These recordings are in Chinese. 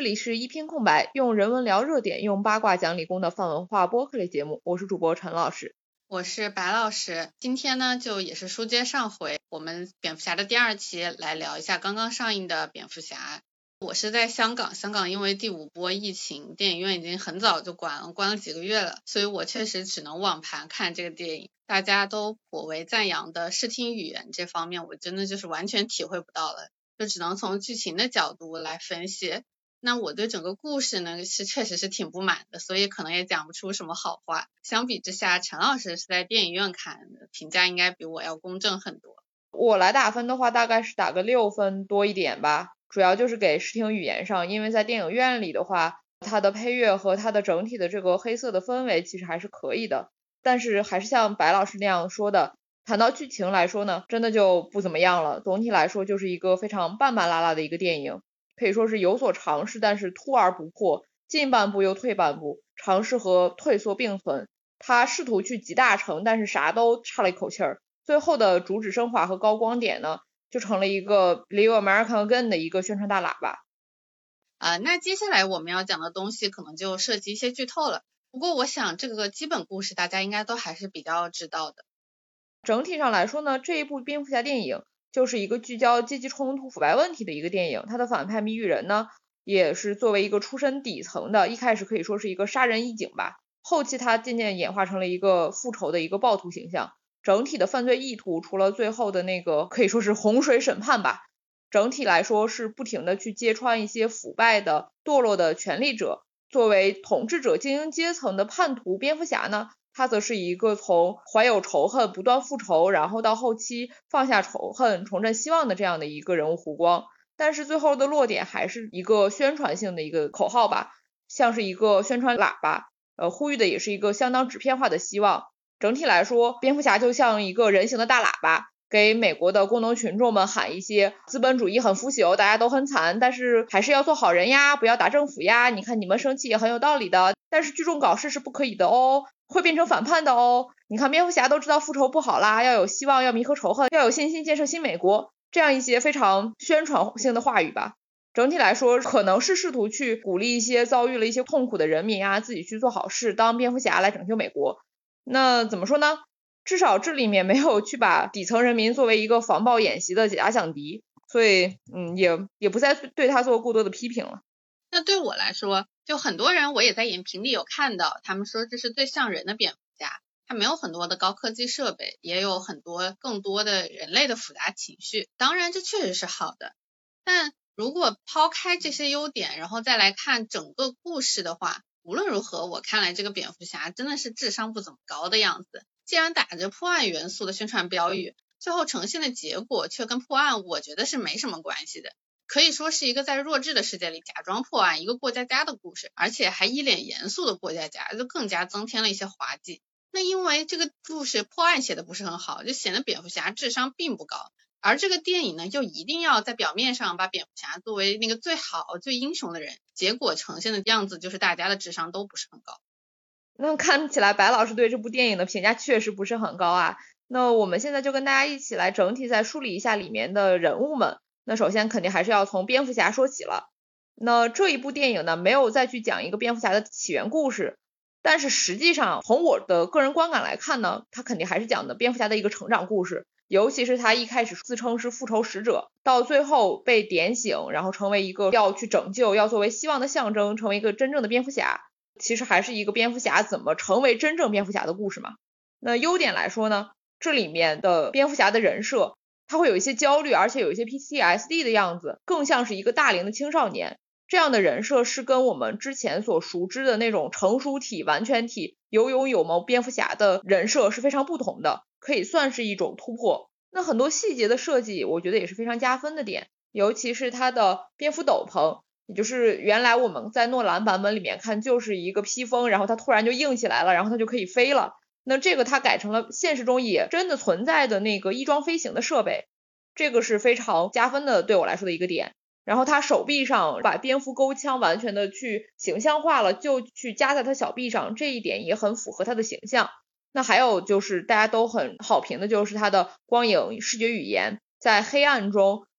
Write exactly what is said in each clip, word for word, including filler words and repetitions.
里是一篇空白，用人文聊热点，用八卦讲理工的泛文化播客类节目。我是主播陈老师， 我是白老师。今天呢，就也是书接上回，我们蝙蝠侠的第二期来聊一下刚刚上映的蝙蝠侠。我是在香港，香港因为第五波疫情，电影院已经很早就关了，关了几个月了，所以我确实只能网盘看这个电影。大家都颇为赞扬的视听语言这方面，我真的就是完全体会不到了，就只能从剧情的角度来分析。那我对整个故事呢是确实是挺不满的，所以可能也讲不出什么好话。相比之下，陈老师是在电影院看的，评价应该比我要公正很多。 我来打分的话，大概是打个六分多一点吧，主要就是给视听语言上，因为在电影院里的话，它的配乐和它的整体的这个黑色的氛围其实还是可以的，但是还是像白老师那样说的，谈到剧情来说呢，真的就不怎么样了。总体来说就是一个非常半半拉拉的一个电影，可以说是有所尝试，但是突而不破，进半步又退半步，尝试和退缩并存。他试图去集大成，但是啥都差了一口气儿。最后的主旨升华和高光点呢，就成了一个 Live American Again 的一个宣传大喇叭。 啊、呃，那接下来我们要讲的东西可能就涉及一些剧透了。不过我想这个基本故事大家应该都还是比较知道的。 整体上来说呢，这一部蝙蝠侠电影就是一个聚焦阶级冲突腐败问题的一个电影。它的反派谜语人呢，也是作为一个出身底层的，一开始可以说是一个杀人义警吧，后期他渐渐演化成了一个复仇的一个暴徒形象。整体的犯罪意图除了最后的那个可以说是洪水审判吧，整体来说是不停的去揭穿一些腐败的堕落的权力者。作为统治者精英阶层的叛徒蝙蝠侠呢，他则是一个从怀有仇恨不断复仇，然后到后期放下仇恨重振希望的这样的一个人物弧光。但是最后的落点还是一个宣传性的一个口号吧，像是一个宣传喇叭，呃，呼吁的也是一个相当纸片化的希望。整体来说，蝙蝠侠就像一个人形的大喇叭，给美国的工农群众们喊一些资本主义很腐朽，大家都很惨，但是还是要做好人呀，不要打政府呀，你看你们生气也很有道理的，但是聚众搞事是不可以的哦，会变成反叛的哦。你看蝙蝠侠都知道复仇不好啦，要有希望，要弥合仇恨，要有信心建设新美国，这样一些非常宣传性的话语吧。整体来说可能是试图去鼓励一些遭遇了一些痛苦的人民啊，自己去做好事，当蝙蝠侠来拯救美国。那怎么说呢，至少这里面没有去把底层人民作为一个防暴演习的假想敌，所以嗯，也也不再对他做过多的批评了。 那对我来说，就很多人我也在影评里有看到，他们说这是最像人的蝙蝠侠，它没有很多的高科技设备，也有很多更多的人类的复杂情绪。当然这确实是好的，但如果抛开这些优点，然后再来看整个故事的话，无论如何我看来这个蝙蝠侠真的是智商不怎么高的样子。既然打着破案元素的宣传标语，最后呈现的结果却跟破案我觉得是没什么关系的，可以说是一个在弱智的世界里假装破案，一个过家家的故事，而且还一脸严肃的过家家，就更加增添了一些滑稽。那因为这个故事破案写的不是很好，就显得蝙蝠侠智商并不高，而这个电影呢又一定要在表面上把蝙蝠侠作为那个最好最英雄的人，结果呈现的样子就是大家的智商都不是很高。 那看起来白老师对这部电影的评价确实不是很高啊。那我们现在就跟大家一起来整体再梳理一下里面的人物们。那首先肯定还是要从蝙蝠侠说起了。那这一部电影呢，没有再去讲一个蝙蝠侠的起源故事，但是实际上从我的个人观感来看呢，它肯定还是讲的蝙蝠侠的一个成长故事，尤其是他一开始自称是复仇使者，到最后被点醒，然后成为一个要去拯救，要作为希望的象征，成为一个真正的蝙蝠侠，其实还是一个蝙蝠侠怎么成为真正蝙蝠侠的故事嘛。那优点来说呢，这里面的蝙蝠侠的人设他会有一些焦虑，而且有一些 P T S D 的样子，更像是一个大龄的青少年。这样的人设是跟我们之前所熟知的那种成熟体完全体有勇有谋蝙蝠侠的人设是非常不同的，可以算是一种突破。那很多细节的设计我觉得也是非常加分的点，尤其是他的蝙蝠斗篷，也就是原来我们在诺兰版本里面看就是一个披风，然后它突然就硬起来了，然后它就可以飞了。那这个它改成了现实中也真的存在的那个翼装飞行的设备，这个是非常加分的对我来说的一个点。然后他手臂上把蝙蝠钩枪完全的去形象化了，就去加在他小臂上，这一点也很符合他的形象。那还有就是大家都很好评的就是他的光影视觉语言，在黑暗中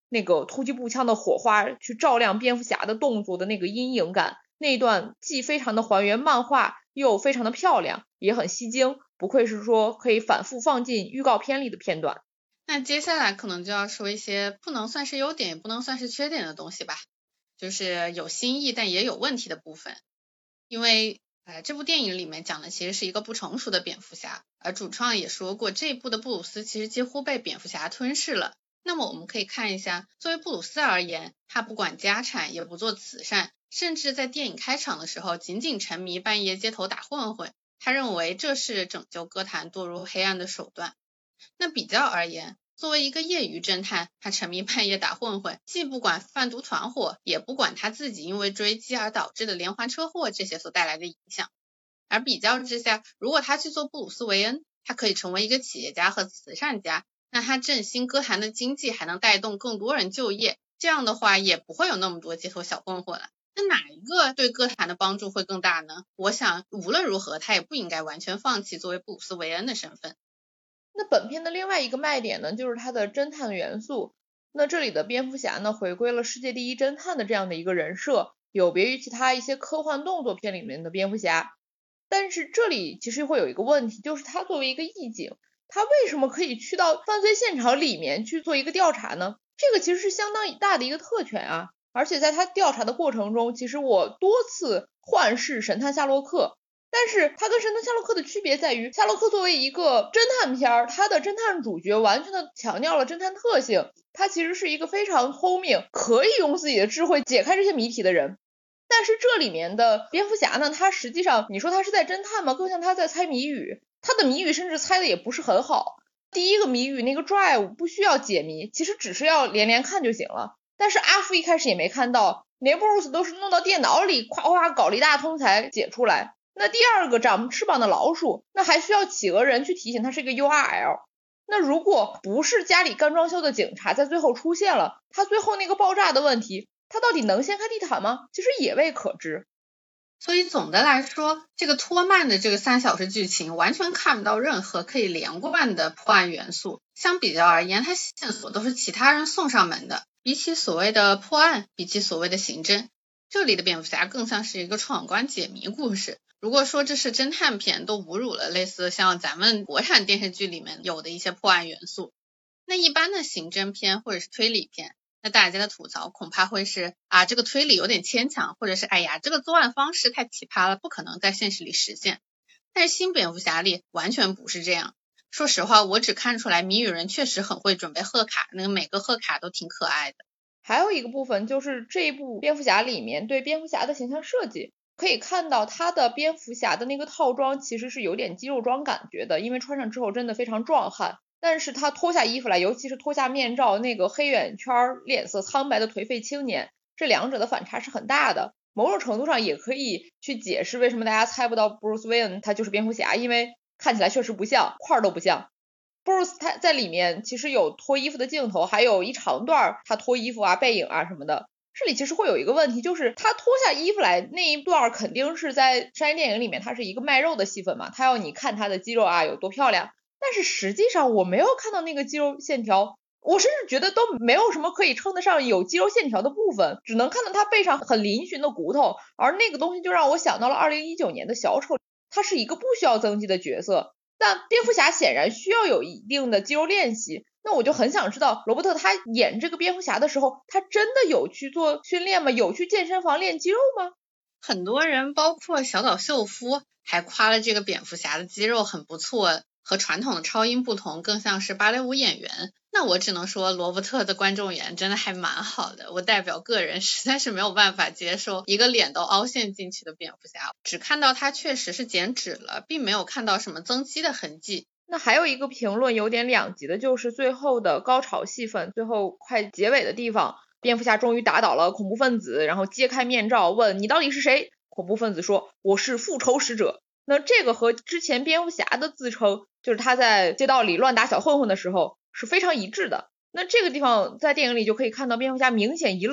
那个突击步枪的火花去照亮蝙蝠侠的动作的那个阴影感，那一段既非常的还原漫画，又非常的漂亮，也很吸睛，不愧是说可以反复放进预告片里的片段。 那接下来可能就要说一些不能算是优点也不能算是缺点的东西吧，就是有新意但也有问题的部分。因为呃，这部电影里面讲的其实是一个不成熟的蝙蝠侠，而主创也说过这一部的布鲁斯其实几乎被蝙蝠侠吞噬了。那么我们可以看一下，作为布鲁斯而言，他不管家产也不做慈善，甚至在电影开场的时候仅仅沉迷半夜街头打混混，他认为这是拯救歌坛堕入黑暗的手段。那比较而言，作为一个业余侦探，他沉迷半夜打混混，既不管贩毒团伙，也不管他自己因为追击而导致的连环车祸这些所带来的影响。而比较之下，如果他去做布鲁斯韦恩，他可以成为一个企业家和慈善家，那他振兴歌坛的经济，还能带动更多人就业，这样的话也不会有那么多街头小混混了。那哪一个对歌坛的帮助会更大呢？我想无论如何他也不应该完全放弃作为布鲁斯韦恩的身份。 那本片的另外一个卖点呢，就是它的侦探元素。那这里的蝙蝠侠呢，回归了世界第一侦探的这样的一个人设，有别于其他一些科幻动作片里面的蝙蝠侠。但是这里其实会有一个问题，就是他作为一个义警，他为什么可以去到犯罪现场里面去做一个调查呢？这个其实是相当大的一个特权啊。而且在他调查的过程中，其实我多次幻视神探夏洛克，但是他跟神探夏洛克的区别在于，夏洛克作为一个侦探片，他的侦探主角完全的强调了侦探特性，他其实是一个非常聪明，可以用自己的智慧解开这些谜题的人。但是这里面的蝙蝠侠呢，他实际上你说他是在侦探吗？更像他在猜谜语，他的谜语甚至猜的也不是很好。第一个谜语那个 drive 不需要解谜，其实只是要连连看就行了，但是阿福一开始也没看到，连布鲁斯都是弄到电脑里夸夸搞了一大通才解出来。那第二个长翅膀的老鼠，那还需要企鹅人去提醒他是一个 U R L。 那如果不是家里干装修的警察在最后出现了，他最后那个爆炸的问题，他到底能掀开地毯吗？其实也未可知。 所以总的来说，这个拖慢的这个三小时剧情完全看不到任何可以连贯的破案元素，相比较而言，它线索都是其他人送上门的。比起所谓的破案，比起所谓的刑侦，这里的蝙蝠侠更像是一个闯关解谜故事。如果说这是侦探片，都侮辱了类似像咱们国产电视剧里面有的一些破案元素。那一般的刑侦片或者是推理片，那大家的吐槽恐怕会是啊，这个推理有点牵强，或者是哎呀，这个作案方式太奇葩了，不可能在现实里实现。但是新蝙蝠侠里完全不是这样。说实话，我只看出来谜语人确实很会准备贺卡，那个每个贺卡都挺可爱的。 还有一个部分就是这一部蝙蝠侠里面对蝙蝠侠的形象设计，可以看到他的蝙蝠侠的那个套装其实是有点肌肉装感觉的，因为穿上之后真的非常壮汉。但是他脱下衣服来，尤其是脱下面罩，那个黑眼圈脸色苍白的颓废青年，这两者的反差是很大的。某种程度上也可以去解释为什么大家猜不到 Bruce Wayne 他就是蝙蝠侠，因为看起来确实不像，块都不像。Bruce 他在里面其实有脱衣服的镜头，还有一长段他脱衣服啊背影啊什么的。这里其实会有一个问题，就是他脱下衣服来那一段肯定是在商业电影里面，他是一个卖肉的戏份嘛，他要你看他的肌肉啊有多漂亮，但是实际上我没有看到那个肌肉线条，我甚至觉得都没有什么可以称得上有肌肉线条的部分，只能看到他背上很嶙峋的骨头，而那个东西就让我想到了二零一九年的小丑，他是一个不需要增肌的角色，但蝙蝠侠显然需要有一定的肌肉练习。那我就很想知道罗伯特他演这个蝙蝠侠的时候，他真的有去做训练吗？有去健身房练肌肉吗？ 很多人包括小岛秀夫还夸了这个蝙蝠侠的肌肉很不错，和传统的超英不同，更像是芭蕾舞演员。那我只能说罗伯特的观众缘真的还蛮好的，我代表个人实在是没有办法接受一个脸都凹陷进去的蝙蝠侠，只看到他确实是减脂了，并没有看到什么增肌的痕迹。 那还有一个评论有点两极的，就是最后的高潮戏份，最后快结尾的地方，蝙蝠侠终于打倒了恐怖分子，然后揭开面罩问你到底是谁，恐怖分子说我是复仇使者。那这个和之前蝙蝠侠的自称，就是他在街道里乱打小混混的时候是非常一致的。那这个地方在电影里就可以看到蝙蝠侠明显一愣，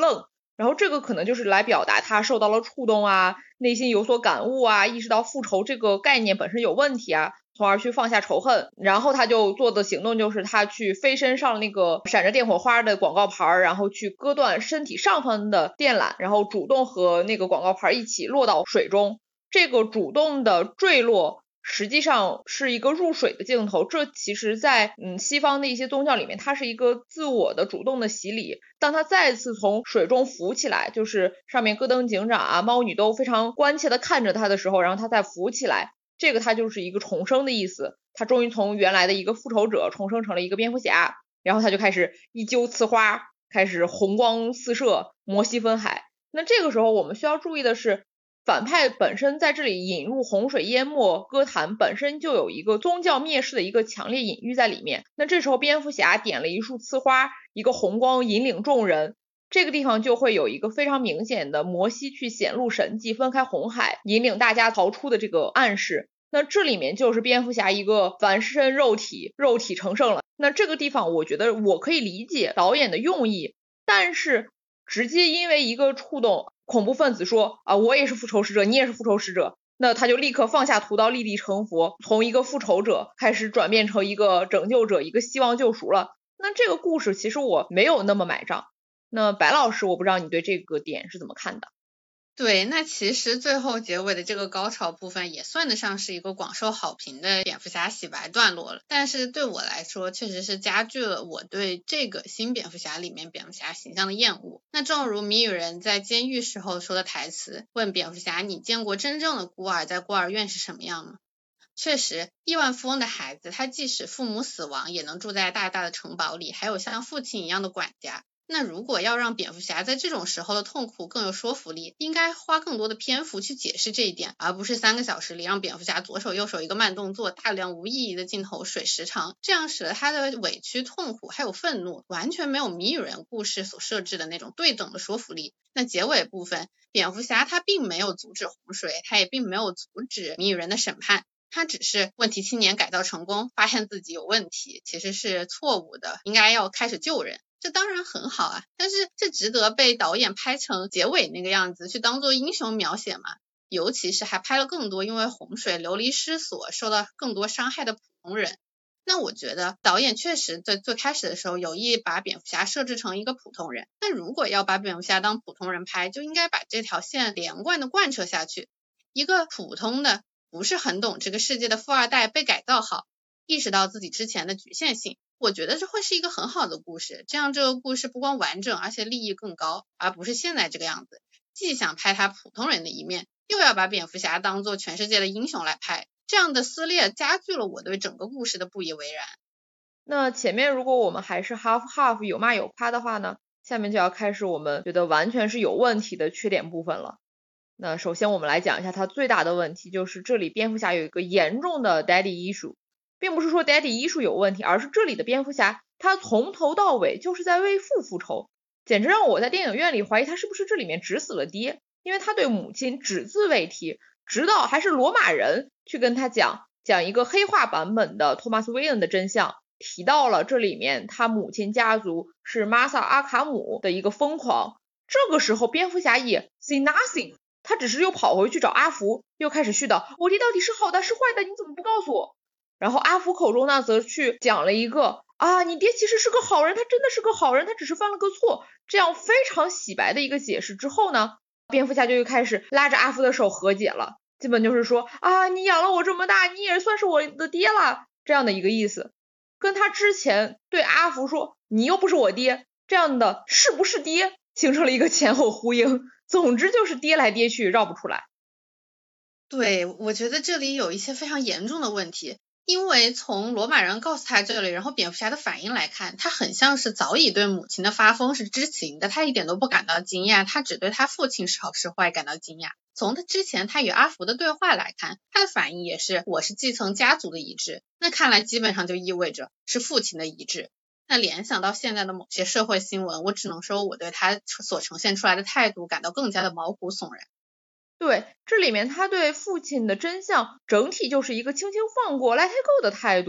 然后这个可能就是来表达他受到了触动啊，内心有所感悟啊，意识到复仇这个概念本身有问题啊，从而去放下仇恨。然后他就做的行动就是他去飞身上那个闪着电火花的广告牌，然后去割断身体上方的电缆，然后主动和那个广告牌一起落到水中。这个主动的坠落实际上是一个入水的镜头，这其实在嗯西方的一些宗教里面，它是一个自我的主动的洗礼。当他再次从水中浮起来，就是上面戈登警长啊、猫女都非常关切的看着他的时候，然后他再浮起来，这个他就是一个重生的意思。他终于从原来的一个复仇者重生成了一个蝙蝠侠，然后他就开始一揪呲花，开始红光四射，摩西分海。那这个时候我们需要注意的是，反派本身在这里引入洪水淹没歌坛本身就有一个宗教蔑视的一个强烈隐喻在里面。那这时候蝙蝠侠点了一束呲花，一个红光引领众人，这个地方就会有一个非常明显的摩西去显露神迹，分开红海，引领大家逃出的这个暗示。那这里面就是蝙蝠侠一个凡身肉体，肉体成圣了。那这个地方我觉得我可以理解导演的用意，但是直接因为一个触动，恐怖分子说啊，我也是复仇使者，你也是复仇使者，那他就立刻放下屠刀，立地成佛，从一个复仇者开始转变成一个拯救者，一个希望救赎了。那这个故事其实我没有那么买账。那白老师，我不知道你对这个点是怎么看的？ 对，那其实最后结尾的这个高潮部分也算得上是一个广受好评的蝙蝠侠洗白段落了，但是对我来说确实是加剧了我对这个新蝙蝠侠里面蝙蝠侠形象的厌恶。那正如谜语人在监狱时候说的台词，问蝙蝠侠你见过真正的孤儿在孤儿院是什么样吗？确实，亿万富翁的孩子他即使父母死亡也能住在大大的城堡里，还有像父亲一样的管家。那如果要让蝙蝠侠在这种时候的痛苦更有说服力，应该花更多的篇幅去解释这一点，而不是三个小时里让蝙蝠侠左手右手一个慢动作，大量无意义的镜头水时长，这样使得他的委屈、痛苦还有愤怒完全没有谜语人故事所设置的那种对等的说服力。那结尾部分，蝙蝠侠他并没有阻止洪水，他也并没有阻止谜语人的审判，他只是问题青年改造成功，发现自己有问题，其实是错误的，应该要开始救人。这当然很好啊，但是这值得被导演拍成结尾那个样子去当做英雄描写吗？尤其是还拍了更多因为洪水流离失所受到更多伤害的普通人。那我觉得导演确实在最开始的时候有意把蝙蝠侠设置成一个普通人，那如果要把蝙蝠侠当普通人拍，就应该把这条线连贯的贯彻下去。一个普通的不是很懂这个世界的富二代被改造好，意识到自己之前的局限性，我觉得这会是一个很好的故事，这样这个故事不光完整，而且利益更高，而不是现在这个样子，既想拍他普通人的一面，又要把蝙蝠侠当做全世界的英雄来拍，这样的撕裂加剧了我对整个故事的不以为然。 那前面如果我们还是 half half 有骂有夸的话呢，下面就要开始我们觉得完全是有问题的缺点部分了。那首先我们来讲一下它最大的问题，就是这里蝙蝠侠有一个严重的 daddy issue， 并不是说 daddy issue 有问题，而是这里的蝙蝠侠他从头到尾就是在为父复仇，简直让我在电影院里怀疑他是不是这里面只死了爹，因为他对母亲只字未提，直到还是罗马人去跟他讲讲一个黑化版本的托马斯·韦恩的真相，提到了这里面他母亲家族是玛莎·阿卡姆的一个疯狂。这个时候蝙蝠侠也 say nothing， 他只是又跑回去找阿福，又开始絮叨我爹到底是好的是坏的，你怎么不告诉我？然后阿福口中呢则去讲了一个啊，你爹其实是个好人，他真的是个好人，他只是犯了个错，这样非常洗白的一个解释之后呢，蝙蝠侠就又开始拉着阿福的手和解了，基本就是说啊，你养了我这么大，你也算是我的爹了，这样的一个意思，跟他之前对阿福说你又不是我爹这样的是不是爹形成了一个前后呼应，总之就是跌来跌去绕不出来。 对，我觉得这里有一些非常严重的问题，因为从罗马人告诉他这里，然后蝙蝠侠的反应来看，他很像是早已对母亲的发疯是知情的，他一点都不感到惊讶，他只对他父亲是好是坏感到惊讶。从他之前他与阿福的对话来看，他的反应也是我是继承家族的遗志，那看来基本上就意味着是父亲的遗志。那联想到现在的某些社会新闻，我只能说我对他所呈现出来的态度感到更加的毛骨悚然。 对，这里面他对父亲的真相整体就是一个轻轻放过 let it go 的态度，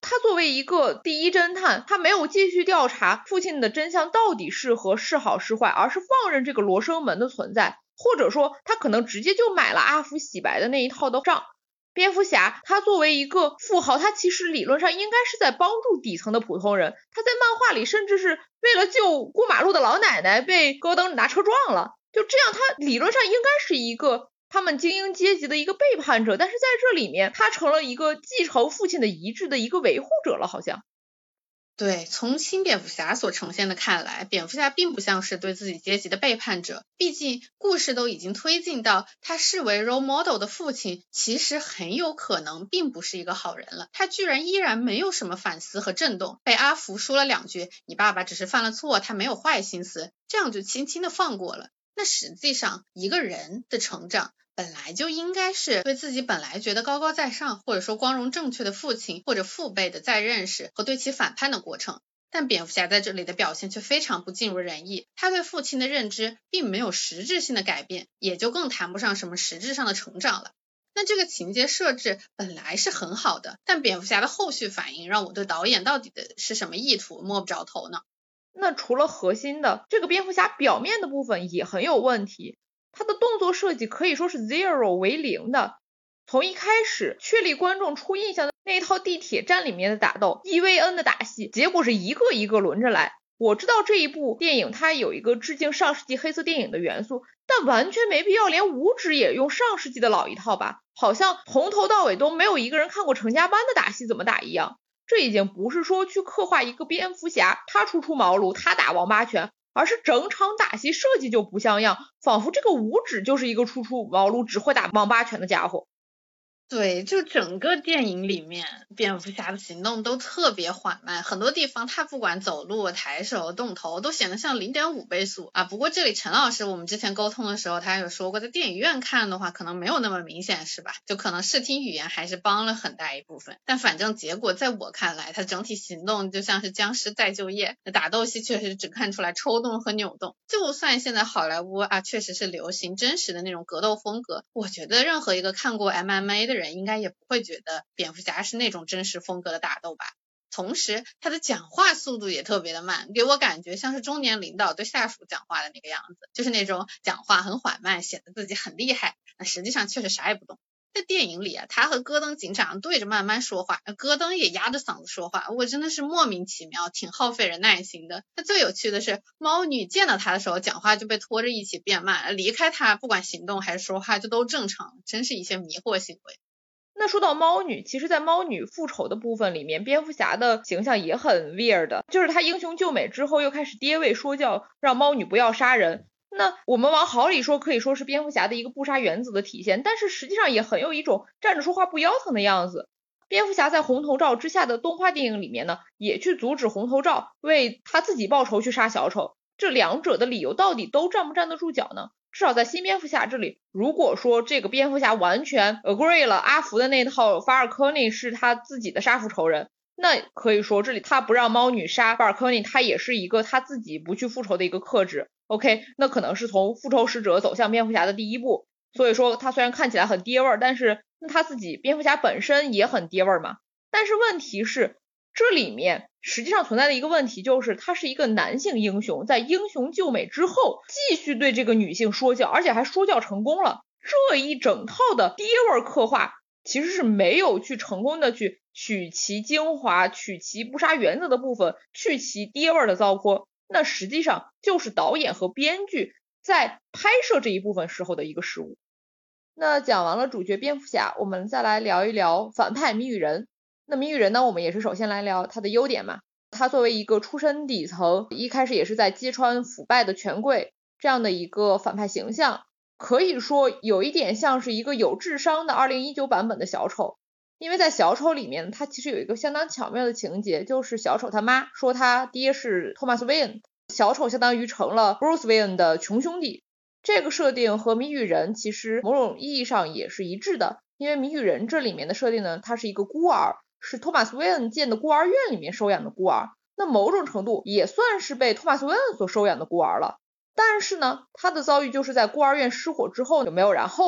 他作为一个第一侦探，他没有继续调查父亲的真相到底是和是好是坏，而是放任这个罗生门的存在，或者说他可能直接就买了阿福洗白的那一套的账。蝙蝠侠他作为一个富豪，他其实理论上应该是在帮助底层的普通人，他在漫画里甚至是为了救过马路的老奶奶被戈登拿车撞了，就这样他理论上应该是一个他们精英阶级的一个背叛者，但是在这里面他成了一个继承父亲的遗志的一个维护者了好像。 对，从新蝙蝠侠所呈现的看来，蝙蝠侠并不像是对自己阶级的背叛者，毕竟故事都已经推进到他视为 role model 的父亲其实很有可能并不是一个好人了，他居然依然没有什么反思和震动，被阿福说了两句你爸爸只是犯了错，他没有坏心思，这样就轻轻的放过了。那实际上一个人的成长本来就应该是对自己本来觉得高高在上或者说光荣正确的父亲或者父辈的再认识和对其反叛的过程，但蝙蝠侠在这里的表现却非常不尽如人意，他对父亲的认知并没有实质性的改变，也就更谈不上什么实质上的成长了。那这个情节设置本来是很好的，但蝙蝠侠的后续反应让我对导演到底的是什么意图摸不着头脑。 那除了核心的，这个蝙蝠侠表面的部分也很有问题，他的动作设计可以说是 zero 为零的。从一开始确立观众初印象的那一套地铁站里面的打斗 E V N 的打戏，结果是一个一个轮着来。我知道这一部电影它有一个致敬上世纪黑色电影的元素，但完全没必要连五指也用上世纪的老一套吧，好像从头到尾都没有一个人看过成家班的打戏怎么打一样。这已经不是说去刻画一个蝙蝠侠他初出茅庐他打王八拳，而是整场打戏设计就不像样，仿佛这个五指就是一个初出茅庐只会打王八拳的家伙。 对，就整个电影里面蝙蝠侠的行动都特别缓慢，很多地方他不管走路抬手动头都显得像 零点五 倍速啊。不过这里陈老师我们之前沟通的时候他有说过，在电影院看的话可能没有那么明显是吧，就可能视听语言还是帮了很大一部分，但反正结果在我看来他整体行动就像是僵尸再就业，打斗戏确实只看出来抽动和扭动。就算现在好莱坞啊确实是流行真实的那种格斗风格，我觉得任何一个看过 M M A 的人应该也不会觉得蝙蝠侠是那种真实风格的打斗吧。同时他的讲话速度也特别的慢，给我感觉像是中年领导对下属讲话的那个样子，就是那种讲话很缓慢，显得自己很厉害，那实际上确实啥也不懂。在电影里啊，他和戈登警长对着慢慢说话，戈登也压着嗓子说话，我真的是莫名其妙，挺耗费人耐心的。那最有趣的是，猫女见到他的时候讲话就被拖着一起变慢，离开他不管行动还是说话就都正常，真是一些迷惑行为。 那说到猫女，其实在猫女复仇的部分里面，蝙蝠侠的形象也很 weird， 就是他英雄救美之后又开始爹位说教，让猫女不要杀人。那我们往好里说可以说是蝙蝠侠的一个不杀原则的体现，但是实际上也很有一种站着说话不腰疼的样子。蝙蝠侠在红头罩之下的动画电影里面呢，也去阻止红头罩为他自己报仇去杀小丑，这两者的理由到底都站不站得住脚呢？至少在新蝙蝠侠这里，如果说这个蝙蝠侠完全 agree 了阿福的那套法尔科尼是他自己的杀父仇人，那可以说这里他不让猫女杀法尔科尼，他也是一个他自己不去复仇的一个克制。OK， 那可能是从复仇使者走向蝙蝠侠的第一步，所以说他虽然看起来很爹味儿，但是那他自己蝙蝠侠本身也很爹味儿嘛。但是问题是这里面实际上存在的一个问题就是他是一个男性英雄，在英雄救美之后继续对这个女性说教，而且还说教成功了。这一整套的爹味刻画其实是没有去成功的去取其精华，取其不杀原则的部分，去其爹味的糟粕，那实际上就是导演和编剧在拍摄这一部分时候的一个失误。那讲完了主角蝙蝠侠，我们再来聊一聊反派谜语人。那谜语人呢，我们也是首先来聊他的优点嘛。他作为一个出身底层，一开始也是在揭穿腐败的权贵这样的一个反派形象，可以说有一点像是一个有智商的二零一九版本的小丑。因为在小丑里面，他其实有一个相当巧妙的情节，就是小丑他妈说他爹是托马斯·韦恩，小丑相当于成了 Bruce Wayne 的穷兄弟。这个设定和谜语人其实某种意义上也是一致的，因为谜语人这里面的设定呢，他是一个孤儿，是托马斯·韦恩建的孤儿院里面收养的孤儿，那某种程度也算是被托马斯·韦恩所收养的孤儿了。但是呢，他的遭遇就是在孤儿院失火之后就没有然后了，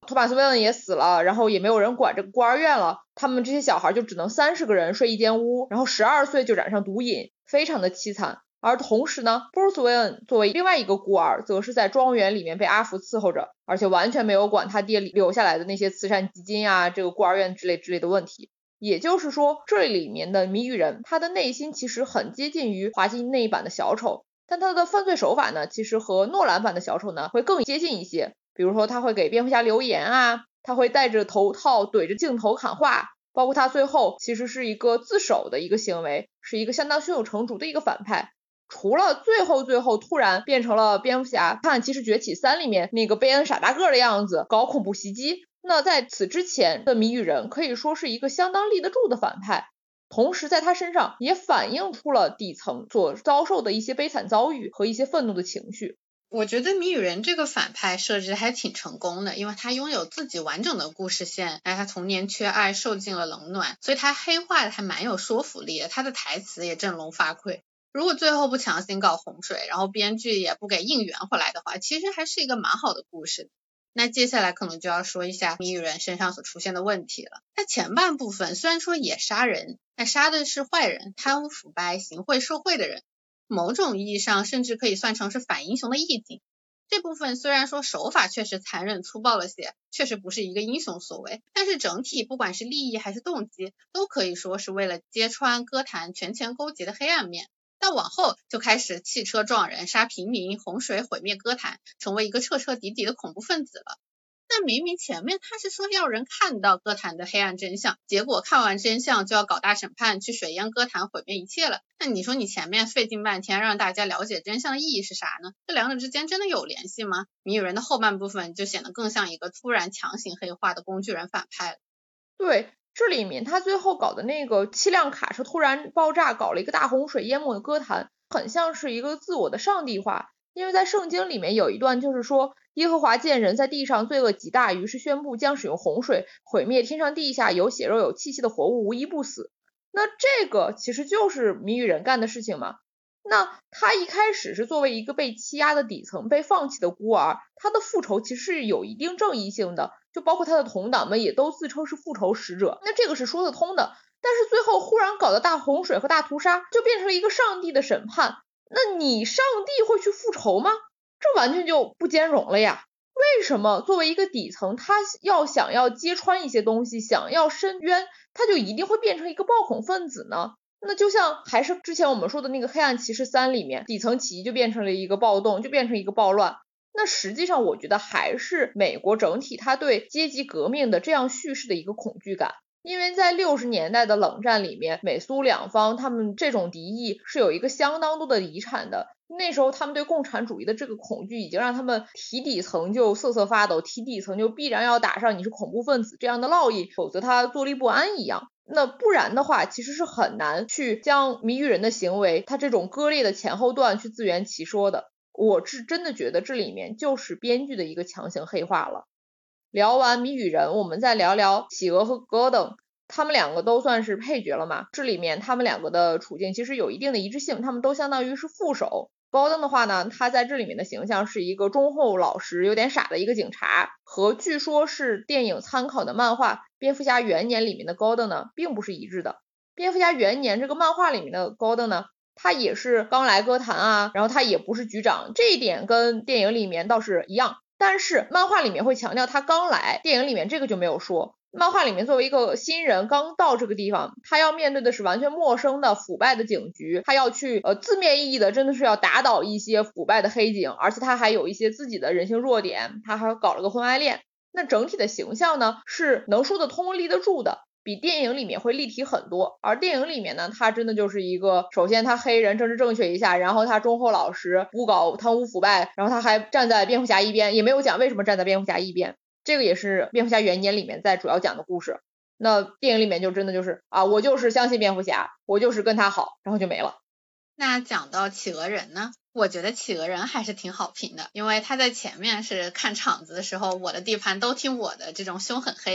托马斯·韦恩也死了，然后也没有人管这个孤儿院了，他们这些小孩就只能三十个人睡一间屋，然后十二岁就染上毒瘾，非常的凄惨。而同时呢，布鲁斯·韦恩作为另外一个孤儿，则是在庄园里面被阿福伺候着，而且完全没有管他爹留下来的那些慈善基金啊，这个孤儿院之类之类的问题。也就是说，这里面的谜语人，他的内心其实很接近于华金那一版的小丑，但他的犯罪手法呢，其实和诺兰版的小丑呢会更接近一些。比如说他会给蝙蝠侠留言啊，他会戴着头套怼着镜头喊话，包括他最后其实是一个自首的一个行为，是一个相当胸有成竹的一个反派。除了最后最后突然变成了蝙蝠侠看骑士崛起三里面那个贝恩傻大个的样子搞恐怖袭击，那在此之前的谜语人可以说是一个相当立得住的反派，同时在他身上也反映出了底层所遭受的一些悲惨遭遇和一些愤怒的情绪。 我觉得谜语人这个反派设置还挺成功的，因为他拥有自己完整的故事线，哎，他童年缺爱，受尽了冷暖，所以他黑化的还蛮有说服力的，他的台词也振聋发聩。如果最后不强行搞洪水，然后编剧也不给硬圆回来的话，其实还是一个蛮好的故事。那接下来可能就要说一下谜语人身上所出现的问题了。他前半部分虽然说也杀人，但杀的是坏人，贪污腐败、行贿受贿的人，某种意义上甚至可以算成是反英雄的意境。这部分虽然说手法确实残忍粗暴了些，确实不是一个英雄所为，但是整体不管是利益还是动机，都可以说是为了揭穿歌坛权钱勾结的黑暗面。但往后就开始汽车撞人、杀平民、洪水毁灭歌坛，成为一个彻彻底底的恐怖分子了。那明明前面他是说要人看到歌坛的黑暗真相，结果看完真相就要搞大审判，去水淹歌坛，毁灭一切了。那你说你前面费劲半天让大家了解真相的意义是啥呢？这两者之间真的有联系吗？谜语人的后半部分就显得更像一个突然强行黑化的工具人反派了。 对，这里面他最后搞的那个七辆卡车突然爆炸，搞了一个大洪水淹没的歌坛，很像是一个自我的上帝化。因为在圣经里面有一段就是说，耶和华见人在地上罪恶极大，于是宣布将使用洪水毁灭天上地下有血肉有气息的活物，无一不死。那这个其实就是谜语人干的事情嘛。那他一开始是作为一个被欺压的底层被放弃的孤儿，他的复仇其实是有一定正义性的，就包括他的同党们也都自称是复仇使者，那这个是说得通的。但是最后忽然搞的大洪水和大屠杀就变成了一个上帝的审判，那你上帝会去复仇吗？这完全就不兼容了呀。为什么作为一个底层，他要想要揭穿一些东西，想要申冤，他就一定会变成一个暴恐分子呢？那就像还是之前我们说的那个黑暗骑士三里面，底层起义就变成了一个暴动，就变成一个暴乱。那实际上我觉得还是美国整体他对阶级革命的这样叙事的一个恐惧感。因为在六十年代的冷战里面，美苏两方他们这种敌意是有一个相当多的遗产的。那时候他们对共产主义的这个恐惧已经让他们提底层就瑟瑟发抖，提底层就必然要打上你是恐怖分子这样的烙印，否则他坐立不安一样。那不然的话，其实是很难去将谜语人的行为他这种割裂的前后段去自圆其说的。我是真的觉得这里面就是编剧的一个强行黑化了。聊完谜语人，我们再聊聊企鹅和戈登，他们两个都算是配角了嘛，这里面他们两个的处境其实有一定的一致性，他们都相当于是副手。高登的话呢，他在这里面的形象是一个忠厚老实有点傻的一个警察，和据说是电影参考的漫画蝙蝠侠元年里面的高登呢并不是一致的。蝙蝠侠元年这个漫画里面的高登呢，他也是刚来歌坛啊，然后他也不是局长，这一点跟电影里面倒是一样，但是漫画里面会强调他刚来，电影里面这个就没有说。漫画里面作为一个新人刚到这个地方，他要面对的是完全陌生的腐败的警局，他要去呃字面意义的真的是要打倒一些腐败的黑警，而且他还有一些自己的人性弱点，他还搞了个婚外恋。那整体的形象呢是能说得通立得住的，比电影里面会立体很多。而电影里面呢，他真的就是一个，首先他黑人政治正确一下，然后他忠厚老实，不搞贪污腐败，然后他还站在蝙蝠侠一边，也没有讲为什么站在蝙蝠侠一边，这个也是蝙蝠侠元年里面在主要讲的故事。那电影里面就真的就是啊，我就是相信蝙蝠侠，我就是跟他好，然后就没了。 那讲到企鹅人呢，我觉得企鹅人还是挺好评的，因为他在前面是看场子的时候，我的地盘都听我的这种凶狠黑道，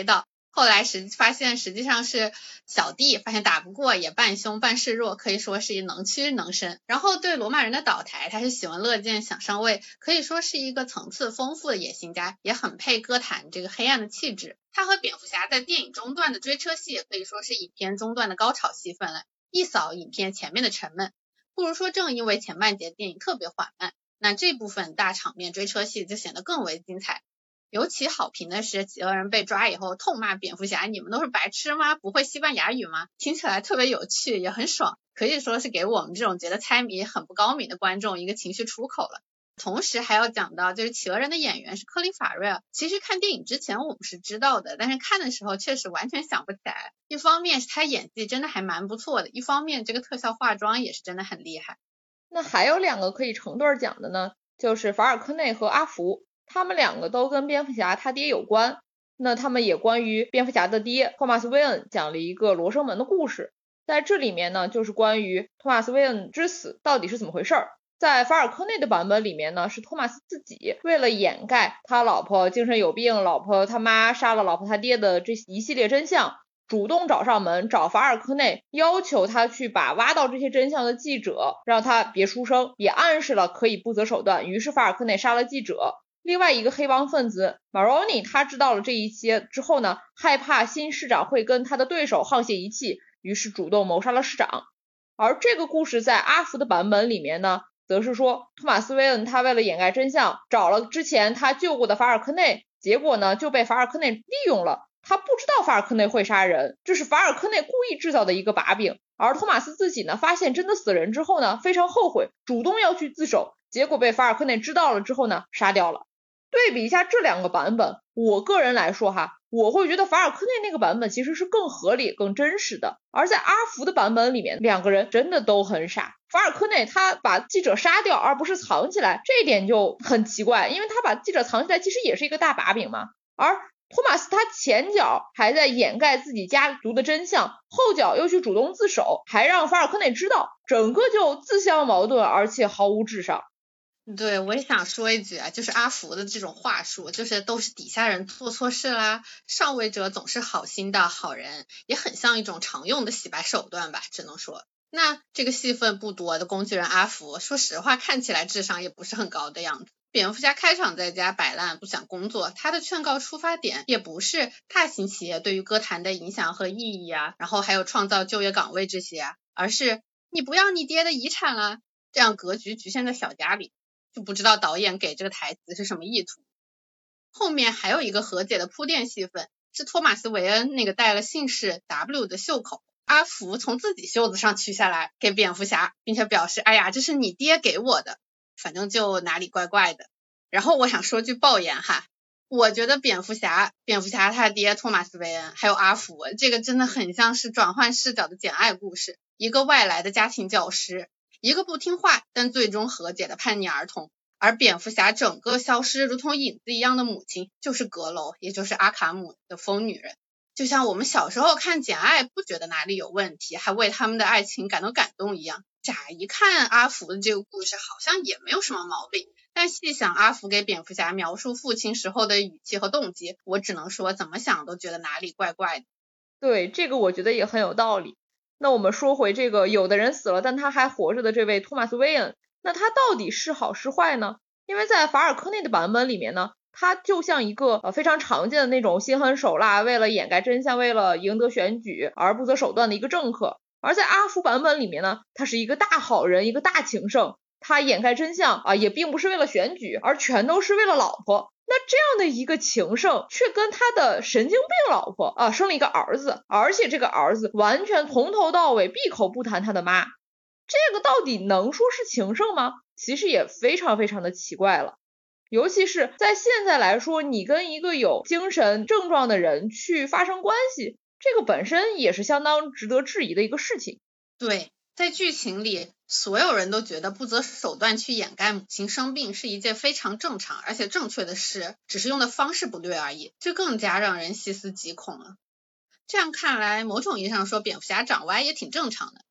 后来实发现实际上是小弟，发现打不过也半凶半示弱，可以说是一能屈能伸。然后对罗马人的倒台，他是喜闻乐见想上位，可以说是一个层次丰富的野心家，也很配歌坛这个黑暗的气质。他和蝙蝠侠在电影中段的追车戏，也可以说是影片中段的高潮戏份了，一扫影片前面的沉闷。不如说正因为前半节电影特别缓慢，那这部分大场面追车戏就显得更为精彩。尤其好评的是企鹅人被抓以后痛骂蝙蝠侠，你们都是白痴吗？不会西班牙语吗？听起来特别有趣，也很爽，可以说是给我们这种觉得猜谜很不高明的观众一个情绪出口了。同时还要讲到，就是企鹅人的演员是科林法瑞尔，其实看电影之前我们是知道的，但是看的时候确实完全想不起来。一方面是他演技真的还蛮不错的，一方面这个特效化妆也是真的很厉害。 那还有两个可以成对讲的呢，就是法尔科内和阿福，他们两个都跟蝙蝠侠他爹有关。那他们也关于蝙蝠侠的爹托马斯·韦恩讲了一个罗生门的故事，在这里面呢，就是关于托马斯·韦恩之死到底是怎么回事儿。在法尔科内的版本里面呢，是托马斯自己为了掩盖他老婆精神有病，老婆他妈杀了老婆他爹的这一系列真相，主动找上门找法尔科内，要求他去把挖到这些真相的记者让他别出声，也暗示了可以不择手段。于是法尔科内杀了记者。另外一个黑帮分子马罗尼，他知道了这一些之后呢，害怕新市长会跟他的对手沆瀣一气，于是主动谋杀了市长。而这个故事在阿福的版本里面呢，则是说托马斯·韦恩他为了掩盖真相，找了之前他救过的法尔科内，结果呢就被法尔科内利用了。他不知道法尔科内会杀人，这是法尔科内故意制造的一个把柄。而托马斯自己呢，发现真的死人之后呢，非常后悔，主动要去自首，结果被法尔科内知道了之后呢，杀掉了。对比一下这两个版本，我个人来说哈，我会觉得法尔科内那个版本其实是更合理更真实的。而在阿福的版本里面，两个人真的都很傻。法尔科内他把记者杀掉而不是藏起来，这一点就很奇怪，因为他把记者藏起来其实也是一个大把柄嘛。而托马斯他前脚还在掩盖自己家族的真相，后脚又去主动自首，还让法尔科内知道，整个就自相矛盾，而且毫无智商。 对，我也想说一句啊，就是阿福的这种话术，就是都是底下人做错事啦，上位者总是好心的好人，也很像一种常用的洗白手段吧，只能说。那这个戏份不多的工具人阿福，说实话看起来智商也不是很高的样子。蝙蝠侠开场在家摆烂不想工作，他的劝告出发点也不是大型企业对于歌坛的影响和意义啊，然后还有创造就业岗位这些啊，而是你不要你爹的遗产啊，这样格局局限在小家里，就不知道导演给这个台词是什么意图。后面还有一个和解的铺垫戏份，是托马斯·韦恩那个带了姓氏 W 的袖口，阿福从自己袖子上取下来给蝙蝠侠，并且表示哎呀这是你爹给我的，反正就哪里怪怪的。然后我想说句爆言哈，我觉得蝙蝠侠蝙蝠侠他爹托马斯·韦恩还有阿福，这个真的很像是转换视角的简爱故事，一个外来的家庭教师，一个不听话但最终和解的叛逆儿童，而蝙蝠侠整个消失如同影子一样的母亲就是阁楼，也就是阿卡姆的疯女人。就像我们小时候看简爱不觉得哪里有问题，还为他们的爱情感到感动一样，乍一看阿福的这个故事好像也没有什么毛病，但细想阿福给蝙蝠侠描述父亲时候的语气和动机，我只能说怎么想都觉得哪里怪怪的。 对，这个我觉得也很有道理。那我们说回这个有的人死了但他还活着的这位托马斯·韦恩，那他到底是好是坏呢？因为在法尔科内的版本里面呢，他就像一个呃非常常见的那种心狠手辣，为了掩盖真相，为了赢得选举而不择手段的一个政客。而在阿福版本里面呢，他是一个大好人，一个大情圣，他掩盖真相啊，也并不是为了选举，而全都是为了老婆。那这样的一个情圣，却跟他的神经病老婆啊生了一个儿子，而且这个儿子完全从头到尾闭口不谈他的妈，这个到底能说是情圣吗？其实也非常非常的奇怪了。尤其是在现在来说，你跟一个有精神症状的人去发生关系，这个本身也是相当值得质疑的一个事情。 对，在剧情里所有人都觉得不择手段去掩盖母亲生病是一件非常正常而且正确的事，只是用的方式不对而已，这更加让人细思极恐了。这样看来，某种意义上说蝙蝠侠长歪也挺正常的，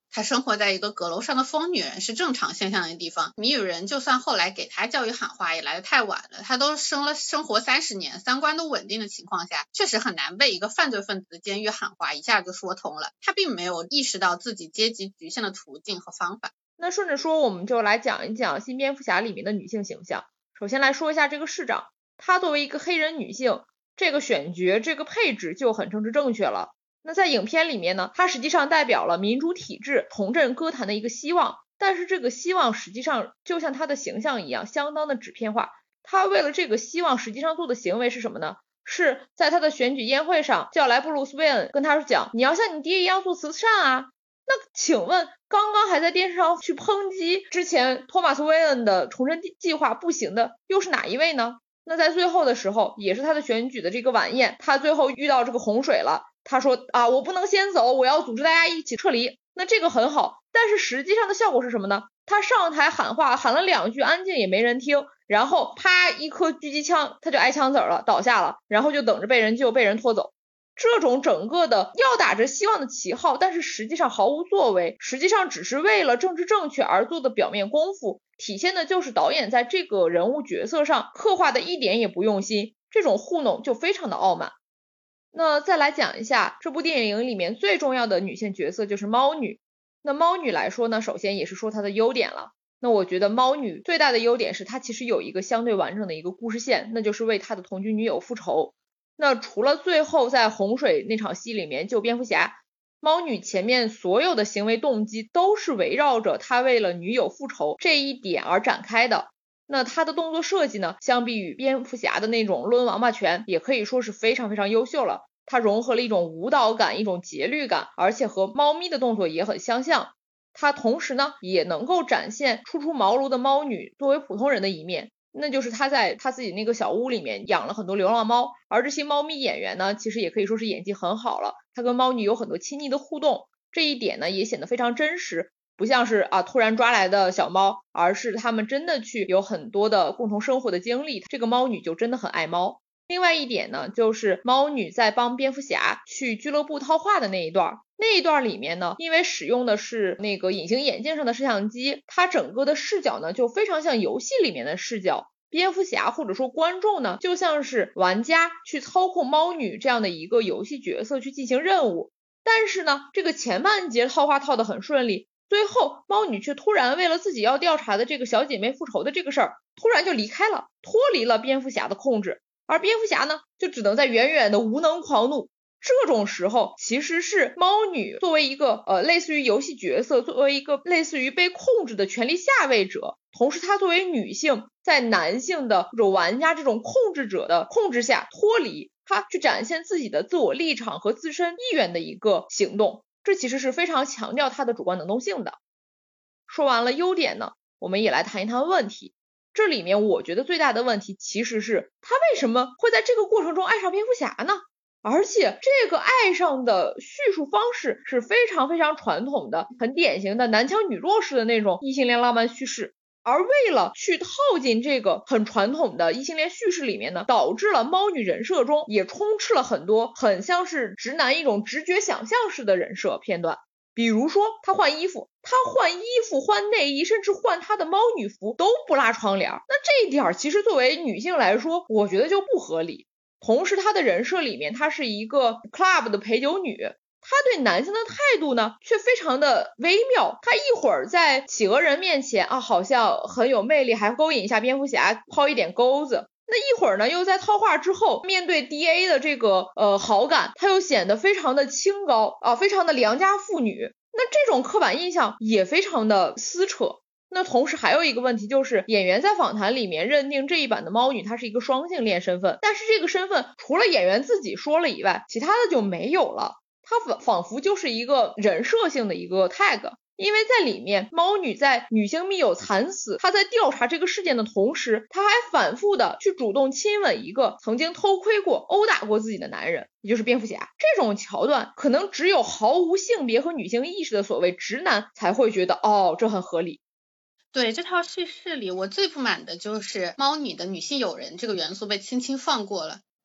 她生活在一个阁楼上的疯女人是正常现象的地方，谜语人就算后来给她教育喊话也来得太晚了，她都生了生活三十年，三观都稳定的情况下，确实很难被一个犯罪分子的监狱喊话一下就说通了，她并没有意识到自己阶级局限的途径和方法。 那顺着说，我们就来讲一讲新蝙蝠侠里面的女性形象。首先来说一下这个市长，她作为一个黑人女性，这个选角这个配置就很政治正确了。那在影片里面呢，她实际上代表了民主体制重振歌坛的一个希望，但是这个希望实际上就像她的形象一样，相当的纸片化。她为了这个希望实际上做的行为是什么呢？是在她的选举宴会上叫来布鲁斯韦恩跟她讲，你要像你爹一样做慈善啊。那请问刚刚还在电视上去抨击之前托马斯·韦恩的重振计划不行的又是哪一位呢？那在最后的时候也是他的选举的这个晚宴，他最后遇到这个洪水了，他说啊，我不能先走，我要组织大家一起撤离。那这个很好，但是实际上的效果是什么呢？他上台喊话喊了两句，安静也没人听，然后啪一颗狙击枪他就挨枪子了，倒下了，然后就等着被人救被人拖走。这种整个的要打着希望的旗号，但是实际上毫无作为，实际上只是为了政治正确而做的表面功夫，体现的就是导演在这个人物角色上刻画的一点也不用心，这种糊弄就非常的傲慢。那再来讲一下这部电影里面最重要的女性角色就是猫女。那猫女来说呢，首先也是说她的优点了。那我觉得猫女最大的优点是她其实有一个相对完整的一个故事线，那就是为她的同居女友复仇。那除了最后在洪水那场戏里面救蝙蝠侠，猫女前面所有的行为动机都是围绕着她为了女友复仇这一点而展开的。那她的动作设计呢，相比于蝙蝠侠的那种抡王八拳也可以说是非常非常优秀了。它融合了一种舞蹈感，一种节律感，而且和猫咪的动作也很相像。它同时呢也能够展现初出茅庐的猫女作为普通人的一面，那就是他在他自己那个小屋里面养了很多流浪猫，而这些猫咪演员呢其实也可以说是演技很好了，他跟猫女有很多亲昵的互动，这一点呢也显得非常真实，不像是啊突然抓来的小猫，而是他们真的去有很多的共同生活的经历，这个猫女就真的很爱猫。另外一点呢，就是猫女在帮蝙蝠侠去俱乐部套话的那一段，那一段里面呢，因为使用的是那个隐形眼镜上的摄像机，它整个的视角呢就非常像游戏里面的视角，蝙蝠侠或者说观众呢就像是玩家去操控猫女这样的一个游戏角色去进行任务。但是呢这个前半节套话套得很顺利，最后猫女却突然为了自己要调查的这个小姐妹复仇的这个事儿，突然就离开了，脱离了蝙蝠侠的控制，而蝙蝠侠呢就只能在远远的无能狂怒。这种时候其实是猫女作为一个呃类似于游戏角色，作为一个类似于被控制的权力下位者，同时她作为女性在男性的这种玩家这种控制者的控制下脱离，她去展现自己的自我立场和自身意愿的一个行动，这其实是非常强调她的主观能动性的。说完了优点呢，我们也来谈一谈问题。这里面我觉得最大的问题其实是她为什么会在这个过程中爱上蝙蝠侠呢？而且这个爱上的叙述方式是非常非常传统的，很典型的男强女弱式的那种异性恋浪漫叙事，而为了去套进这个很传统的异性恋叙事里面呢，导致了猫女人设中也充斥了很多很像是直男一种直觉想象式的人设片段。比如说他换衣服，他换衣服换内衣，甚至换他的猫女服都不拉窗帘，那这一点其实作为女性来说我觉得就不合理。同时他的人设里面他是一个 club 的陪酒女，他对男性的态度呢却非常的微妙，他一会儿在企鹅人面前啊好像很有魅力，还勾引一下蝙蝠侠抛一点钩子，那一会儿呢又在套话之后面对 D A 的这个呃好感，他又显得非常的清高啊，非常的良家妇女，那这种刻板印象也非常的撕扯。那同时还有一个问题，就是演员在访谈里面认定这一版的猫女她是一个双性恋身份，但是这个身份除了演员自己说了以外，其他的就没有了，它仿佛就是一个人设性的一个 tag。因为在里面猫女在女性密友惨死，她在调查这个事件的同时，她还反复的去主动亲吻一个曾经偷窥过殴打过自己的男人，也就是蝙蝠侠。这种桥段可能只有毫无性别和女性意识的所谓直男才会觉得哦这很合理。 对，这套叙事里我最不满的就是猫女的女性友人这个元素被轻轻放过了。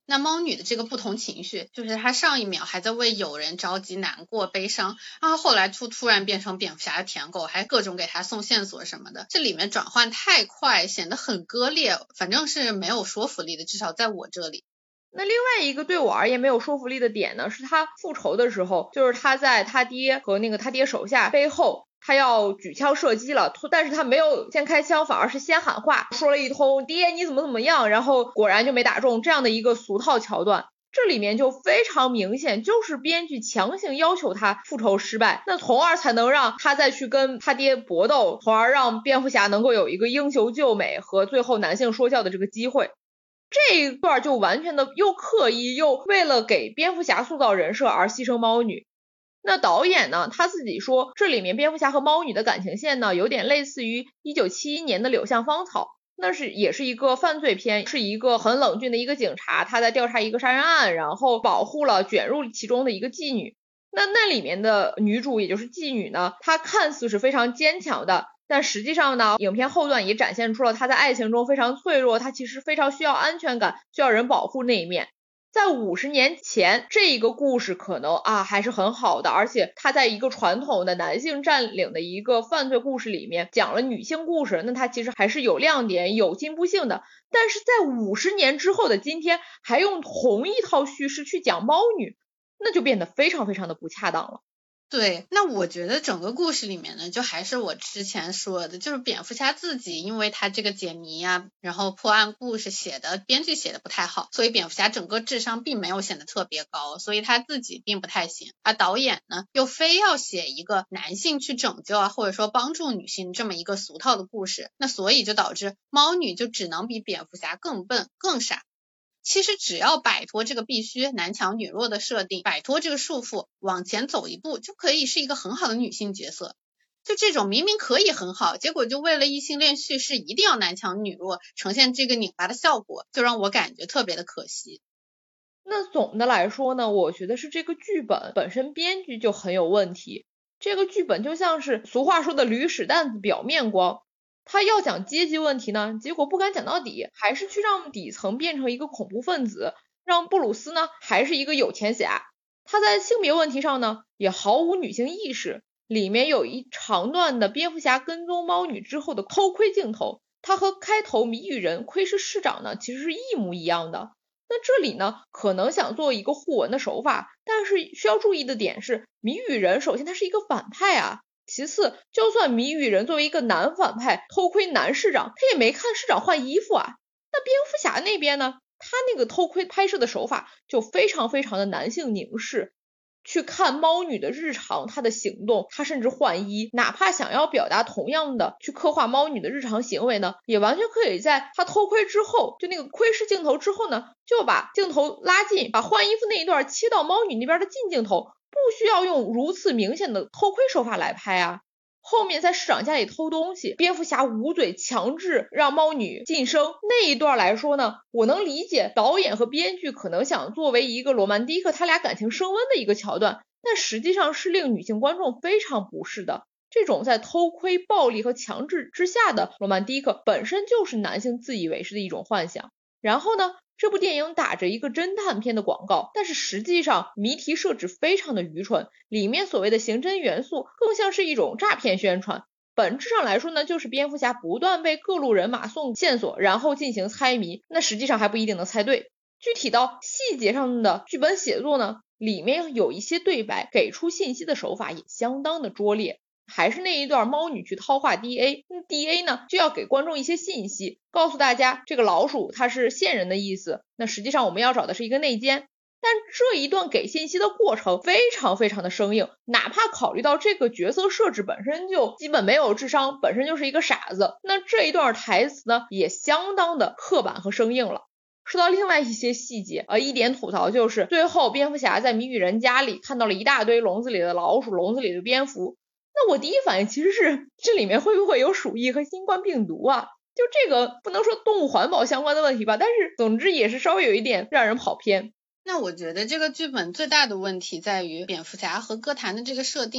那猫女的这个不同情绪，就是她上一秒还在为友人着急、难过、悲伤，然后后来突突然变成蝙蝠侠的舔狗，还各种给她送线索什么的，这里面转换太快，显得很割裂，反正是没有说服力的，至少在我这里。 那另外一个对我而言没有说服力的点呢，是他复仇的时候，就是他在他爹和那个他爹手下背后，他要举枪射击了，但是他没有先开枪，反而是先喊话，说了一通爹你怎么怎么样，然后果然就没打中，这样的一个俗套桥段。这里面就非常明显，就是编剧强行要求他复仇失败，那从而才能让他再去跟他爹搏斗，从而让蝙蝠侠能够有一个英雄救美和最后男性说教的这个机会。这一段就完全的又刻意又为了给蝙蝠侠塑造人设而牺牲猫女。那导演呢，他自己说这里面蝙蝠侠和猫女的感情线呢，有点类似于一九七一年的柳巷芳草，那是也是一个犯罪片，是一个很冷峻的一个警察，他在调查一个杀人案，然后保护了卷入其中的一个妓女。那那里面的女主也就是妓女呢，她看似是非常坚强的，但实际上呢，影片后段也展现出了她在爱情中非常脆弱，她其实非常需要安全感，需要人保护那一面。在五十年前，这一个故事可能啊还是很好的，而且它在一个传统的男性占领的一个犯罪故事里面讲了女性故事，那它其实还是有亮点、有进步性的。但是在五十年之后的今天，还用同一套叙事去讲猫女，那就变得非常非常的不恰当了。 对，那我觉得整个故事里面呢，就还是我之前说的，就是蝙蝠侠自己，因为他这个解谜啊，然后破案故事写的，编剧写的不太好，所以蝙蝠侠整个智商并没有显得特别高，所以他自己并不太行。而导演呢，又非要写一个男性去拯救啊，或者说帮助女性这么一个俗套的故事，那所以就导致猫女就只能比蝙蝠侠更笨、更傻。其实只要摆脱这个必须男强女弱的设定，摆脱这个束缚，往前走一步，就可以是一个很好的女性角色。就这种明明可以很好，结果就为了异性恋叙事一定要男强女弱，呈现这个拧巴的效果，就让我感觉特别的可惜。 那总的来说呢，我觉得是这个剧本本身编剧就很有问题。这个剧本就像是俗话说的驴屎蛋子表面光，他要讲阶级问题呢，结果不敢讲到底，还是去让底层变成一个恐怖分子，让布鲁斯呢还是一个有钱侠。他在性别问题上呢也毫无女性意识，里面有一长段的蝙蝠侠跟踪猫女之后的偷窥镜头，他和开头谜语人窥视市长呢其实是一模一样的。那这里呢可能想做一个互文的手法，但是需要注意的点是，谜语人首先他是一个反派啊，其次就算谜语人作为一个男反派偷窥男市长，他也没看市长换衣服啊。那蝙蝠侠那边呢，他那个偷窥拍摄的手法就非常非常的男性凝视，去看猫女的日常，她的行动，她甚至换衣，哪怕想要表达同样的去刻画猫女的日常行为呢，也完全可以在她偷窥之后，就那个窥视镜头之后呢，就把镜头拉近，把换衣服那一段切到猫女那边的近镜头，不需要用如此明显的偷窥手法来拍啊。后面在市长家里偷东西，蝙蝠侠捂嘴强制让猫女晋升那一段来说呢，我能理解导演和编剧可能想作为一个罗曼蒂克他俩感情升温的一个桥段，但实际上是令女性观众非常不适的。这种在偷窥、暴力和强制之下的罗曼蒂克本身就是男性自以为是的一种幻想。然后呢，这部电影打着一个侦探片的广告，但是实际上谜题设置非常的愚蠢，里面所谓的刑侦元素更像是一种诈骗宣传。本质上来说呢，就是蝙蝠侠不断为各路人马送线索，然后进行猜谜，那实际上还不一定能猜对。具体到细节上的剧本写作呢，里面有一些对白给出信息的手法也相当的拙劣。还是那一段猫女去掏化 D A， 那 D A 呢就要给观众一些信息，告诉大家这个老鼠它是线人的意思，那实际上我们要找的是一个内奸。但这一段给信息的过程非常非常的生硬，哪怕考虑到这个角色设置本身就基本没有智商，本身就是一个傻子，那这一段台词呢也相当的刻板和生硬了。说到另外一些细节，呃，一点吐槽就是最后蝙蝠侠在谜语人家里看到了一大堆笼子里的老鼠，笼子里的蝙蝠。那我第一反应其实是这里面会不会有鼠疫和新冠病毒啊？就这个不能说动物环保相关的问题吧，但是总之也是稍微有一点让人跑偏。 那我觉得这个剧本最大的问题在于蝙蝠侠和歌坛的这个设定，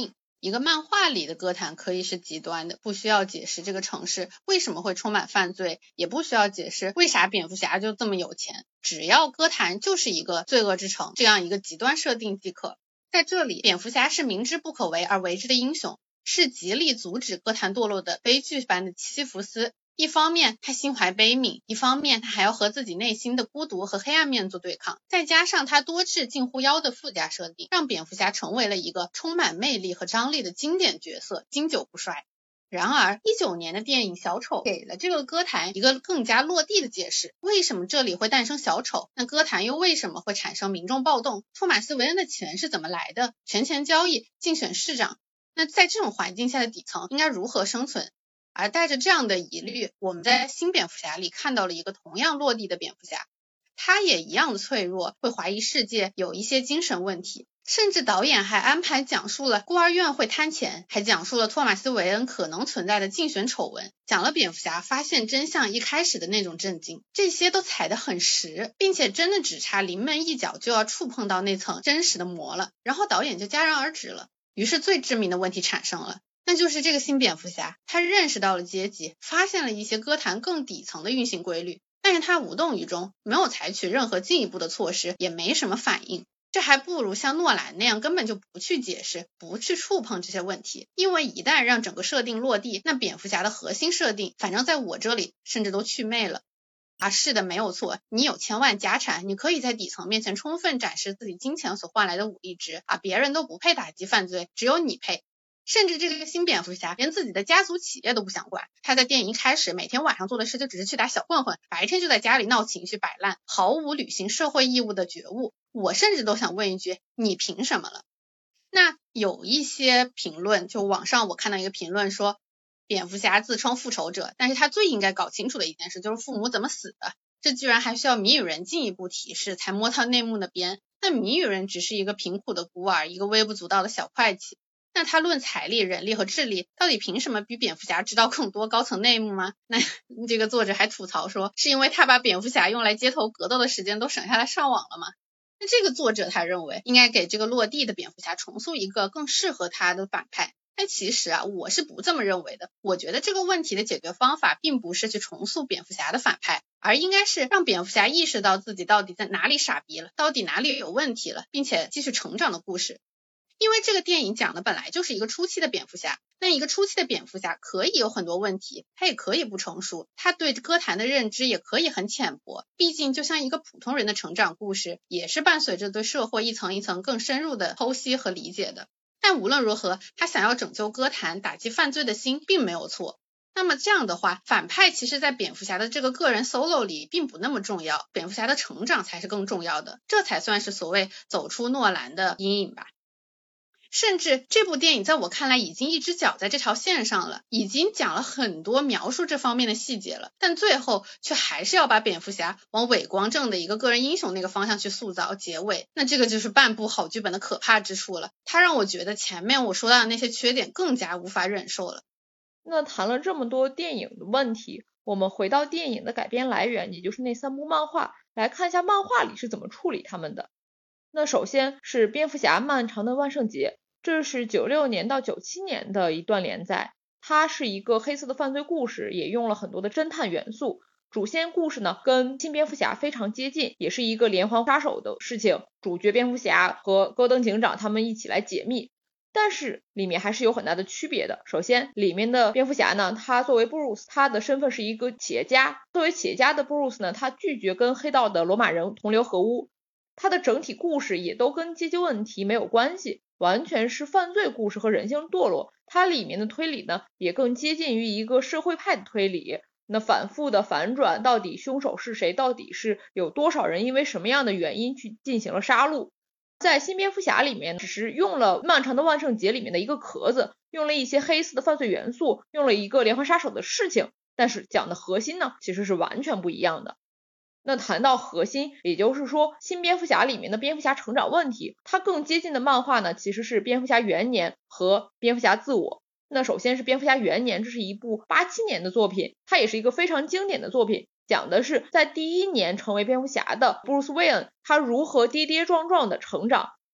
一个漫画里的哥谭可以是极端的，不需要解释这个城市为什么会充满犯罪，也不需要解释为啥蝙蝠侠就这么有钱，只要哥谭就是一个罪恶之城这样一个极端设定即可。在这里，蝙蝠侠是明知不可为而为之的英雄，是极力阻止哥谭堕落的悲剧般的西西弗斯。一方面他心怀悲悯，一方面他还要和自己内心的孤独和黑暗面做对抗，再加上他多次近乎妖的附加设定，让蝙蝠侠成为了一个充满魅力和张力的经典角色，经久不衰。然而一九年的电影小丑给了这个哥谭一个更加落地的解释，为什么这里会诞生小丑，那哥谭又为什么会产生民众暴动，托马斯·韦恩的钱是怎么来的，权钱交易，竞选市长，那在这种环境下的底层应该如何生存。而带着这样的疑虑，我们在新蝙蝠侠里看到了一个同样落地的蝙蝠侠，他也一样的脆弱，会怀疑世界，有一些精神问题，甚至导演还安排讲述了孤儿院会贪钱，还讲述了托马斯·韦恩可能存在的竞选丑闻，讲了蝙蝠侠发现真相一开始的那种震惊，这些都踩得很实，并且真的只差临门一脚就要触碰到那层真实的膜了，然后导演就戛然而止了。于是最致命的问题产生了，那就是这个新蝙蝠侠，他认识到了阶级，发现了一些哥谭更底层的运行规律，但是他无动于衷，没有采取任何进一步的措施，也没什么反应。这还不如像诺兰那样根本就不去解释，不去触碰这些问题，因为一旦让整个设定落地，那蝙蝠侠的核心设定反正在我这里甚至都去魅了。啊，是的，没有错，你有千万家产，你可以在底层面前充分展示自己金钱所换来的武力值啊，别人都不配打击犯罪，只有你配。甚至这个新蝙蝠侠连自己的家族企业都不想管，他在电影一开始每天晚上做的事就只是去打小混混，白天就在家里闹情绪摆烂，毫无履行社会义务的觉悟。我甚至都想问一句，你凭什么了？那有一些评论，就网上我看到一个评论说，蝙蝠侠自称复仇者，但是他最应该搞清楚的一件事就是父母怎么死的，这居然还需要谜语人进一步提示才摸到内幕的边。那谜语人只是一个贫苦的孤儿，一个微不足道的小会计，那他论财力、人力和智力，到底凭什么比蝙蝠侠知道更多高层内幕吗？那这个作者还吐槽说，是因为他把蝙蝠侠用来街头格斗的时间都省下来上网了吗？那这个作者他认为应该给这个落地的蝙蝠侠重塑一个更适合他的反派。但其实啊，我是不这么认为的。我觉得这个问题的解决方法并不是去重塑蝙蝠侠的反派，而应该是让蝙蝠侠意识到自己到底在哪里傻逼了，到底哪里有问题了，并且继续成长的故事。因为这个电影讲的本来就是一个初期的蝙蝠侠，那一个初期的蝙蝠侠可以有很多问题，他也可以不成熟，他对哥谭的认知也可以很浅薄，毕竟就像一个普通人的成长故事，也是伴随着对社会一层一层更深入的剖析和理解的。但无论如何，他想要拯救哥谭、打击犯罪的心并没有错。那么这样的话，反派其实在蝙蝠侠的这个个人 solo 里并不那么重要，蝙蝠侠的成长才是更重要的，这才算是所谓走出诺兰的阴影吧。甚至这部电影在我看来已经一只脚在这条线上了，已经讲了很多描述这方面的细节了，但最后却还是要把蝙蝠侠往伪光正的一个个人英雄那个方向去塑造结尾，那这个就是半部好剧本的可怕之处了，它让我觉得前面我说到的那些缺点更加无法忍受了。 那谈了这么多电影的问题，我们回到电影的改编来源，也就是那三部漫画，来看一下漫画里是怎么处理他们的。那首先是蝙蝠侠漫长的万圣节，这是九六年到九七年的一段连载，它是一个黑色的犯罪故事，也用了很多的侦探元素。主线故事呢跟新蝙蝠侠非常接近，也是一个连环杀手的事情，主角蝙蝠侠和戈登警长他们一起来解密，但是里面还是有很大的区别的。首先里面的蝙蝠侠呢，他作为布鲁斯，他的身份是一个企业家，作为企业家的布鲁斯呢，他拒绝跟黑道的罗马人同流合污，他的整体故事也都跟阶级问题没有关系，完全是犯罪故事和人性堕落，它里面的推理呢也更接近于一个社会派的推理，那反复的反转，到底凶手是谁，到底是有多少人因为什么样的原因去进行了杀戮。在新蝙蝠侠里面只是用了漫长的万圣节里面的一个壳子，用了一些黑色的犯罪元素，用了一个连环杀手的事情，但是讲的核心呢其实是完全不一样的。那谈到核心，也就是说新蝙蝠侠里面的蝙蝠侠成长问题，它更接近的漫画呢其实是蝙蝠侠元年和蝙蝠侠自我。那首先是蝙蝠侠元年，这是一部八七年的作品，它也是一个非常经典的作品，讲的是在第一年成为蝙蝠侠的布鲁斯·韦恩，他如何跌跌撞撞的成长，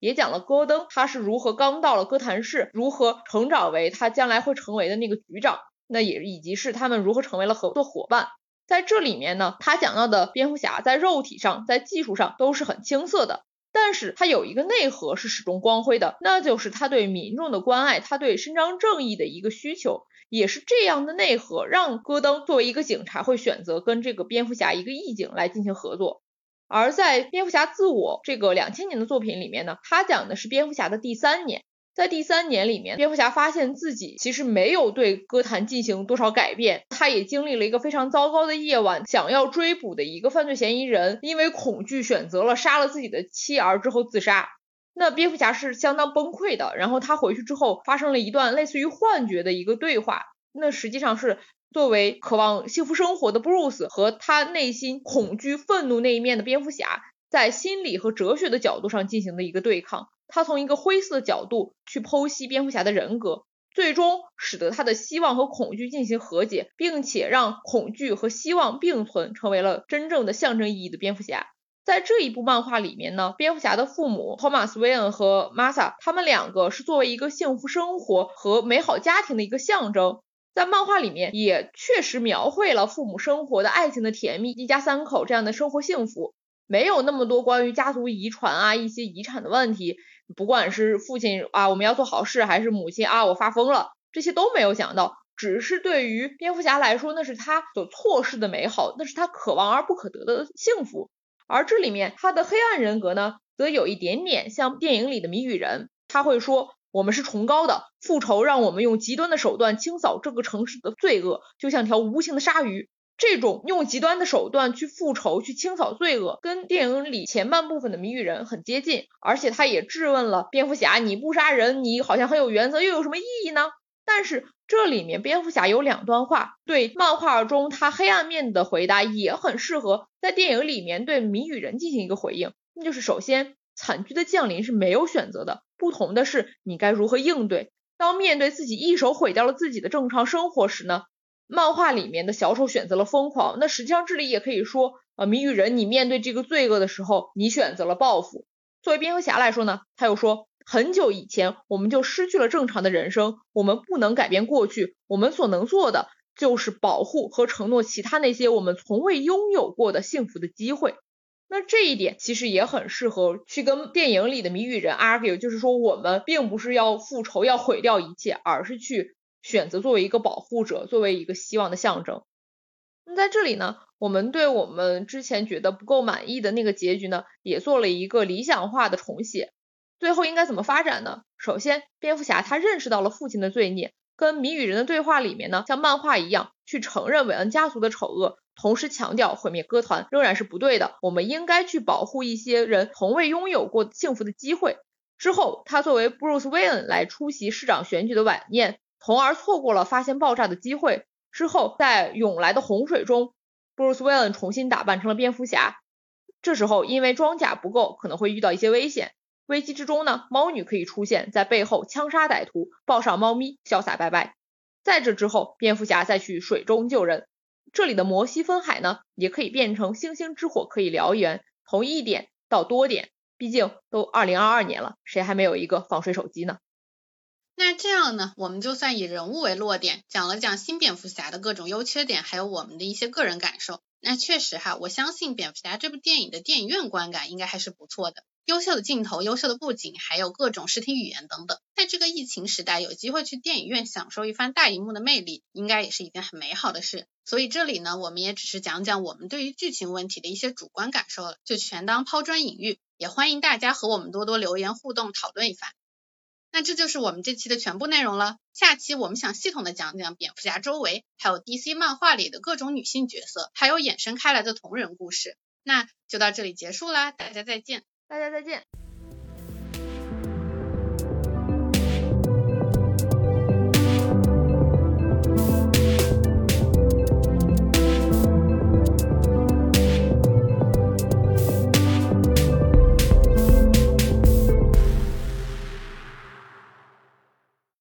也讲了戈登他是如何刚到了哥谭市，如何成长为他将来会成为的那个局长，那也以及是他们如何成为了合作伙伴。在这里面呢，他讲到的蝙蝠侠在肉体上在技术上都是很青涩的，但是他有一个内核是始终光辉的，那就是他对民众的关爱，他对伸张正义的一个需求，也是这样的内核让戈登作为一个警察会选择跟这个蝙蝠侠一个义警来进行合作。而在蝙蝠侠自我这个两千年的作品里面呢，他讲的是蝙蝠侠的第三年，在第三年里面，蝙蝠侠发现自己其实没有对哥谭进行多少改变，他也经历了一个非常糟糕的夜晚，想要追捕的一个犯罪嫌疑人因为恐惧选择了杀了自己的妻儿之后自杀。那蝙蝠侠是相当崩溃的，然后他回去之后发生了一段类似于幻觉的一个对话，那实际上是作为渴望幸福生活的布鲁斯和他内心恐惧愤怒那一面的蝙蝠侠在心理和哲学的角度上进行的一个对抗，他从一个灰色的角度去剖析蝙蝠侠的人格，最终使得他的希望和恐惧进行和解，并且让恐惧和希望并存，成为了真正的象征意义的蝙蝠侠。在这一部漫画里面呢，蝙蝠侠的父母托马斯·韦恩和玛莎，他们两个是作为一个幸福生活和美好家庭的一个象征，在漫画里面也确实描绘了父母生活的爱情的甜蜜，一家三口这样的生活幸福，没有那么多关于家族遗传啊一些遗产的问题，不管是父亲啊我们要做好事，还是母亲啊我发疯了，这些都没有讲到，只是对于蝙蝠侠来说那是他所错失的美好，那是他可望而不可得的幸福。而这里面他的黑暗人格呢，则有一点点像电影里的谜语人，他会说我们是崇高的，复仇让我们用极端的手段清扫这个城市的罪恶，就像条无情的鲨鱼。这种用极端的手段去复仇去清扫罪恶，跟电影里前半部分的谜语人很接近，而且他也质问了蝙蝠侠，你不杀人你好像很有原则，又有什么意义呢？但是这里面蝙蝠侠有两段话对漫画中他黑暗面的回答也很适合在电影里面对谜语人进行一个回应，那就是首先惨剧的降临是没有选择的，不同的是你该如何应对。当面对自己一手毁掉了自己的正常生活时呢，漫画里面的小丑选择了疯狂，那实际上这里也可以说呃，谜语人你面对这个罪恶的时候你选择了报复。作为蝙蝠侠来说呢，他又说很久以前我们就失去了正常的人生，我们不能改变过去，我们所能做的就是保护和承诺其他那些我们从未拥有过的幸福的机会。那这一点其实也很适合去跟电影里的谜语人 argue， 就是说我们并不是要复仇要毁掉一切，而是去选择作为一个保护者，作为一个希望的象征。那在这里呢，我们对我们之前觉得不够满意的那个结局呢，也做了一个理想化的重写。最后应该怎么发展呢？首先，蝙蝠侠他认识到了父亲的罪孽，跟谜语人的对话里面呢，像漫画一样去承认韦恩家族的丑恶，同时强调毁灭歌团仍然是不对的，我们应该去保护一些人从未拥有过幸福的机会。之后，他作为 Bruce Wayne 来出席市长选举的晚宴，从而错过了发现爆炸的机会。之后，在涌来的洪水中 Bruce Wayne 重新打扮成了蝙蝠侠，这时候因为装甲不够，可能会遇到一些危险。危机之中呢，猫女可以出现在背后枪杀歹徒，抱上猫咪潇洒拜拜。在这之后，蝙蝠侠再去水中救人。这里的摩西分海呢，也可以变成星星之火可以燎原，从一点到多点，毕竟都二零二二年了，谁还没有一个防水手机呢？ 那这样呢，我们就算以人物为落点，讲了讲新蝙蝠侠的各种优缺点，还有我们的一些个人感受。那确实哈，我相信蝙蝠侠这部电影的电影院观感应该还是不错的，优秀的镜头、优秀的布景，还有各种视听语言等等。在这个疫情时代，有机会去电影院享受一番大荧幕的魅力，应该也是一件很美好的事。所以这里呢，我们也只是讲讲我们对于剧情问题的一些主观感受了，就全当抛砖引玉，也欢迎大家和我们多多留言互动讨论一番。那这就是我们这期的全部内容了，下期我们想系统的讲讲蝙蝠侠周围，还有 D C 漫画里的各种女性角色，还有衍生开来的同人故事。那就到这里结束啦，大家再见。 大家再见。